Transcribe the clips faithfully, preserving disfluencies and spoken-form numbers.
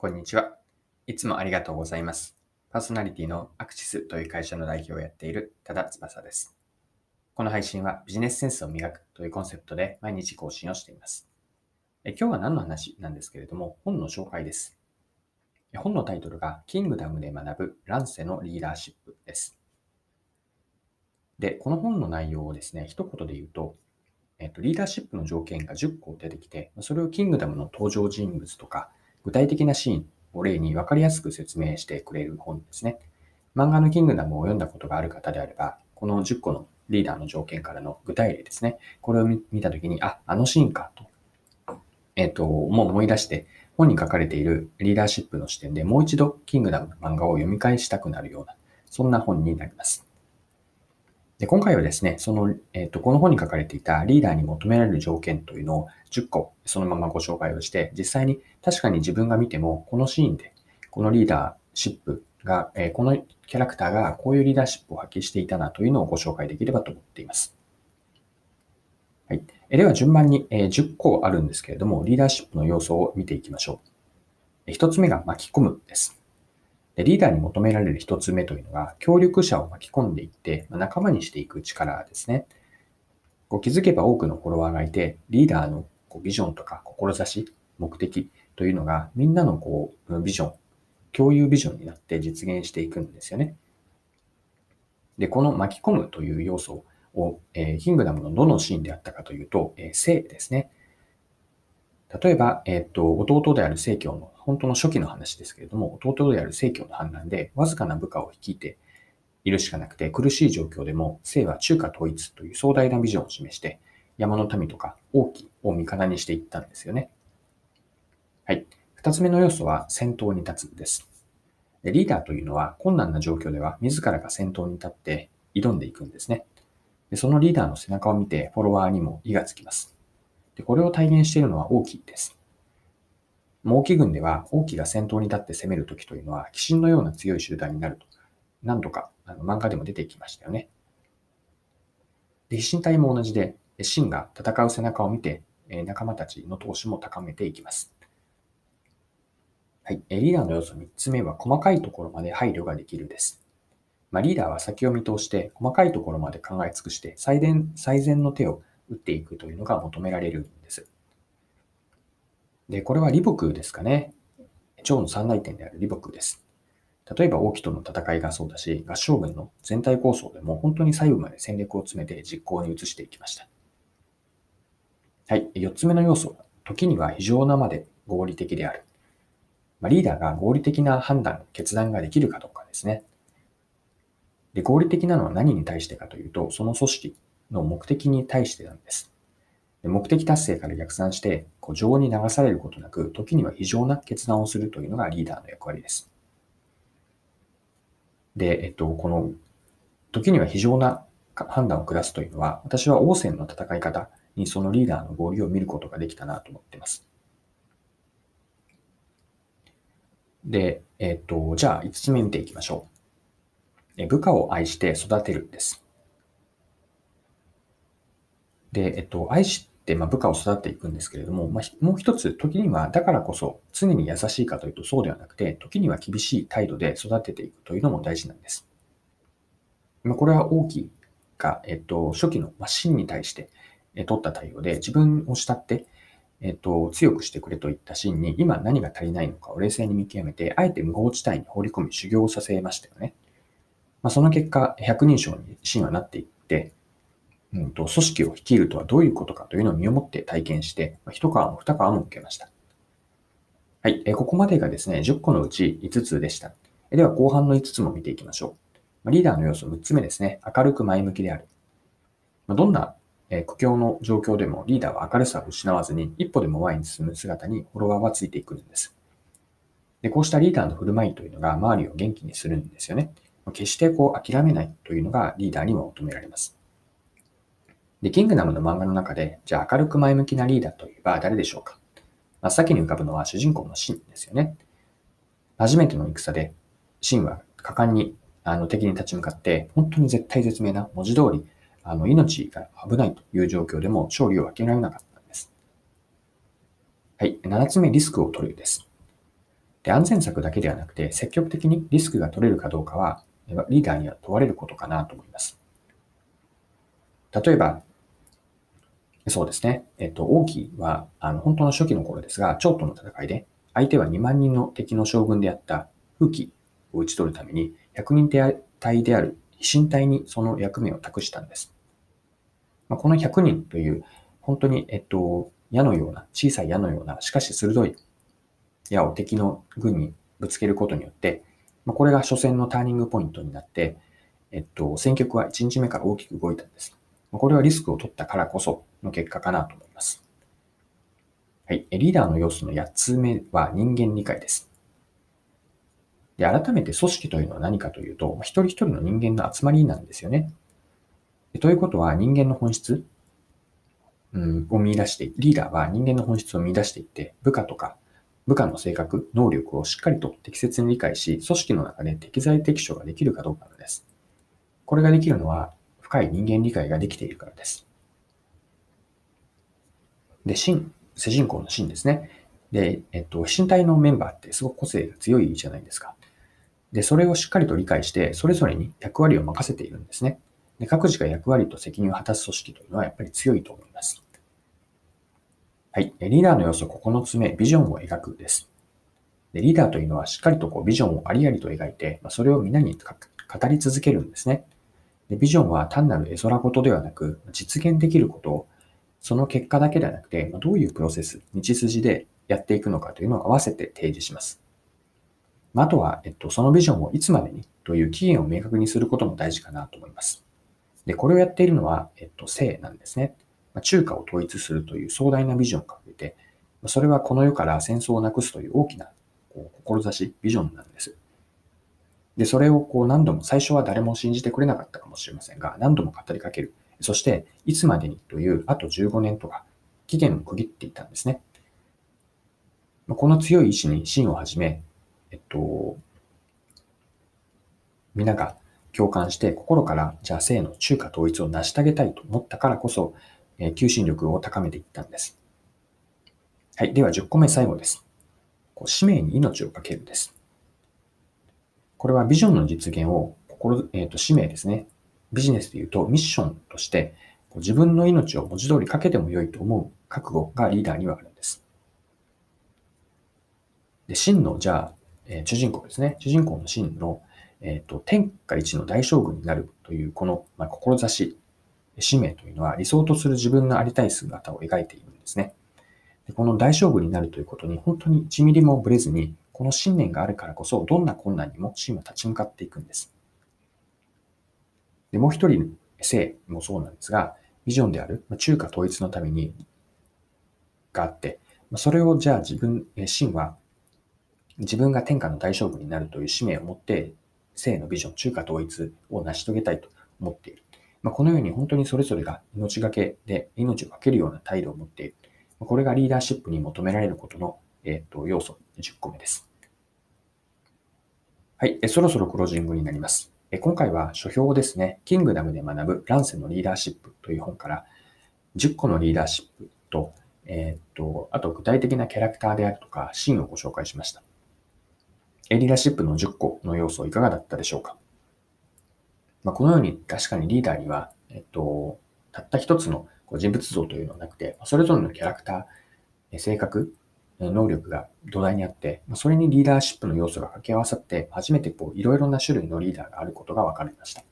こんにちは。いつもありがとうございます。パーソナリティのアクシスという会社の代表をやっている多田翼です。この配信はビジネスセンスを磨くというコンセプトで毎日更新をしています。え今日は何の話なんですけれども、本の紹介です。本のタイトルがキングダムで学ぶ乱世のリーダーシップです。で、この本の内容をですね、一言で言うと、えっと、リーダーシップの条件がじゅっこ出てきて、それをキングダムの登場人物とか、具体的なシーンを例に分かりやすく説明してくれる本ですね。漫画のキングダムを読んだことがある方であれば、このじゅっこのリーダーの条件からの具体例ですね。これを見たときに、あ、あのシーンかと、えっと、もう思い出して、本に書かれているリーダーシップの視点でもう一度キングダムの漫画を読み返したくなるような、そんな本になります。で今回はですね、その、えっと、この本に書かれていたリーダーに求められる条件というのをじゅっこそのままご紹介をして、実際に確かに自分が見ても、このシーンで、このリーダーシップが、えーこのキャラクターがこういうリーダーシップを発揮していたなというのをご紹介できればと思っています。はい。えでは順番に、えーじゅっこあるんですけれども、リーダーシップの要素を見ていきましょう。ひとつめが巻き込むです。でリーダーに求められる一つ目というのが、協力者を巻き込んでいって、仲間にしていく力ですね。こう気づけば多くのフォロワーがいて、リーダーのこうビジョンとか志、目的というのが、みんなのこうビジョン、共有ビジョンになって実現していくんですよね。で、この巻き込むという要素を、えーキングダムのどのシーンであったかというと、えー、生ですね。例えば、えっと、弟である成教の、本当の初期の話ですけれども、弟である成教の反乱で、わずかな部下を率いているしかなくて、苦しい状況でも、生は中華統一という壮大なビジョンを示して、山の民とか王毅を味方にしていったんですよね。はい。二つ目の要素は、先頭に立つです。リーダーというのは、困難な状況では、自らが先頭に立って挑んでいくんですね。でそのリーダーの背中を見て、フォロワーにも意がつきます。でこれを体現しているのは王毅です。王毅軍では王毅が先頭に立って攻めるときというのは、鬼神のような強い集団になると、何度かあの漫画でも出てきましたよね。で、飛信隊も同じで、秦が戦う背中を見て、仲間たちの闘志も高めていきます。はい。リーダーの要素みっつめは、細かいところまで配慮ができるです。まあ、リーダーは先を見通して、細かいところまで考え尽くして、最善最善の手を打っていくというのが求められるんです。で、これは李牧ですかね。趙の三大点である李牧です。例えば王毅との戦いがそうだし、合従軍の全体構想でも本当に細部まで戦略を詰めて実行に移していきました。はい。よっつめの要素。時には非常なまで合理的である。まあ、リーダーが合理的な判断、決断ができるかどうかですね。で、合理的なのは何に対してかというと、その組織の目的に対してなんです。で目的達成から逆算して、こう情に流されることなく、時には非常な決断をするというのがリーダーの役割です。で、えっと、この時には非常な判断を下すというのは、私は王戦の戦い方にそのリーダーの合理を見ることができたなと思っています。で、えっと、じゃあいつつめ見ていきましょう。部下を愛して育てるです。で、えっと、愛してまあ部下を育てていくんですけれども、まあ、もう一つ、時にはだからこそ常に優しいかというとそうではなくて、時には厳しい態度で育てていくというのも大事なんです。まあ、これは大きいが、えっと、初期の真に対して取った対応で、自分を慕って、えっと、強くしてくれといった真に、今何が足りないのかを冷静に見極めて、あえて無法地帯に放り込み修行をさせましたよね。まあ、その結果、百人将に真はなっていって、うんと、組織を率いるとはどういうことかというのを身をもって体験して、一皮も二皮も受けました。はい、ここまでがですね、じゅっこのうちいつつでした。では後半のいつつも見ていきましょう。リーダーの要素むっつめですね、明るく前向きである。どんな苦境の状況でもリーダーは明るさを失わずに、一歩でも前に進む姿にフォロワーはついていくんです。でこうしたリーダーの振る舞いというのが周りを元気にするんですよね。決してこう諦めないというのがリーダーにも求められます。で、キングダムの漫画の中で、じゃあ明るく前向きなリーダーといえば誰でしょうか。真っ先に浮かぶのは主人公のシンですよね。初めての戦で、シンは果敢にあの敵に立ち向かって、本当に絶対絶命な文字通り、あの命が危ないという状況でも勝利を諦めなかったんです。はい。ななつめ、リスクを取るです。 で、安全策だけではなくて、積極的にリスクが取れるかどうかは、リーダーには問われることかなと思います。例えば、そうですね。えっと、王毅は、あの、本当の初期の頃ですが、趙との戦いで、相手はにまん人の敵の将軍であった風紀を討ち取るために、ひゃくにん隊である飛信隊にその役目を託したんです。まあ、このひゃくにんという、本当に、えっと、矢のような、小さい矢のような、しかし鋭い矢を敵の軍にぶつけることによって、まあ、これが初戦のターニングポイントになって、えっと、戦局はいちにちめから大きく動いたんです。これはリスクを取ったからこその結果かなと思います。はい。リーダーの要素のやっつめは人間理解です。で、改めて組織というのは何かというと、一人一人の人間の集まりなんですよね。ということは人間の本質、うん、を見出して、リーダーは人間の本質を見出していって、部下とか部下の性格、能力をしっかりと適切に理解し、組織の中で適材適所ができるかどうかなんです。これができるのは、深い人間理解ができているからです。で、シ主人公のシンですね。で、えっと、身体のメンバーってすごく個性が強いじゃないですか。で、それをしっかりと理解して、それぞれに役割を任せているんですね。で、各自が役割と責任を果たす組織というのはやっぱり強いと思います。はい。リーダーの要素ここのつめ、ビジョンを描くです。で、リーダーというのはしっかりとこうビジョンをありありと描いて、それを皆に語り続けるんですね。で、ビジョンは単なる絵空事ではなく、実現できることを、その結果だけではなくて、どういうプロセス、道筋でやっていくのかというのを合わせて提示します。あとは、えっと、そのビジョンをいつまでにという期限を明確にすることも大事かなと思います。で、これをやっているのは、えっと、正なんですね。中華を統一するという壮大なビジョンを掲げて、それはこの世から戦争をなくすという大きなこう志、ビジョンなんです。で、それをこう何度も、最初は誰も信じてくれなかったかもしれませんが、何度も語りかける。そして、いつまでにという、あとじゅうごねんとか、期限を区切っていたんですね。この強い意志に真をはじめ、えっと、皆が共感して心から、じゃあ正の中華統一を成し遂げたいと思ったからこそ、えー求心力を高めていったんです。はい。ではじゅっこめ最後です。こう使命に命をかけるです。これはビジョンの実現を心、えーと、使命ですね。ビジネスで言うとミッションとして、こう自分の命を文字通りかけても良いと思う覚悟がリーダーにはあるんです。で、真の、じゃあ、えー主人公ですね。主人公の真の、えっと、天下一の大将軍になるという、この、まあ、志、使命というのは理想とする自分のありたい姿を描いているんですね。でこの大将軍になるということに本当にいちミリもぶれずに、この信念があるからこそ、どんな困難にも真は立ち向かっていくんです。で、もう一人、生もそうなんですが、ビジョンである中華統一のために、があって、それをじゃあ自分、真は自分が天下の大将軍になるという使命を持って、生のビジョン、中華統一を成し遂げたいと思っている。まあ、このように本当にそれぞれが命がけで命をかけるような態度を持っている。これがリーダーシップに求められることの、えー、と要素じゅっこめです。はい、えそろそろクロージングになります。え今回は書評をですね、キングダムで学ぶ乱世のリーダーシップという本からじゅっこのリーダーシップと、えー、とあと具体的なキャラクターであるとかシーンをご紹介しました。リーダーシップのじゅっこの要素いかがだったでしょうか。まあ、このように確かにリーダーには、えっと、たった一つの人物像というのはなくて、それぞれのキャラクター、性格、能力が土台にあって、それにリーダーシップの要素が掛け合わさって、初めてこういろいろな種類のリーダーがあることが分かりました。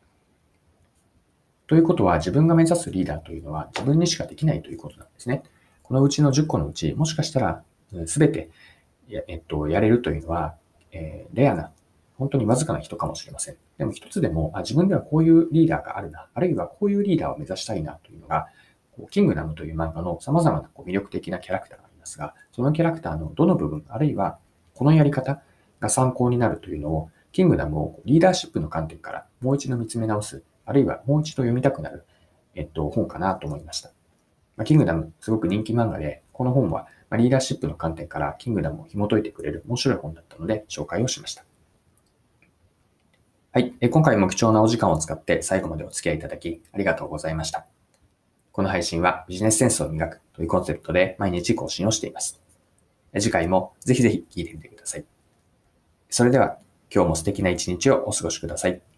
ということは、自分が目指すリーダーというのは自分にしかできないということなんですね。このうちのじゅっこのうち、もしかしたら全てや,、えっと、やれるというのは、えーレアな本当にわずかな人かもしれません。でも一つでも、あ自分ではこういうリーダーがあるな、あるいはこういうリーダーを目指したいなというのが、こうキングダムという漫画の様々なこう魅力的なキャラクターがありますが、そのキャラクターのどの部分、あるいはこのやり方が参考になるというのを、キングダムをリーダーシップの観点からもう一度見つめ直す、あるいはもう一度読みたくなる、えっと、本かなと思いました。まあ、キングダム、すごく人気漫画で、この本はリーダーシップの観点からキングダムを紐解いてくれる面白い本だったので紹介をしました。はい。今回も貴重なお時間を使って最後までお付き合いいただきありがとうございました。この配信はビジネスセンスを磨くというコンセプトで毎日更新をしています。次回もぜひぜひ聞いてみてください。 それでは今日も素敵な一日をお過ごしください。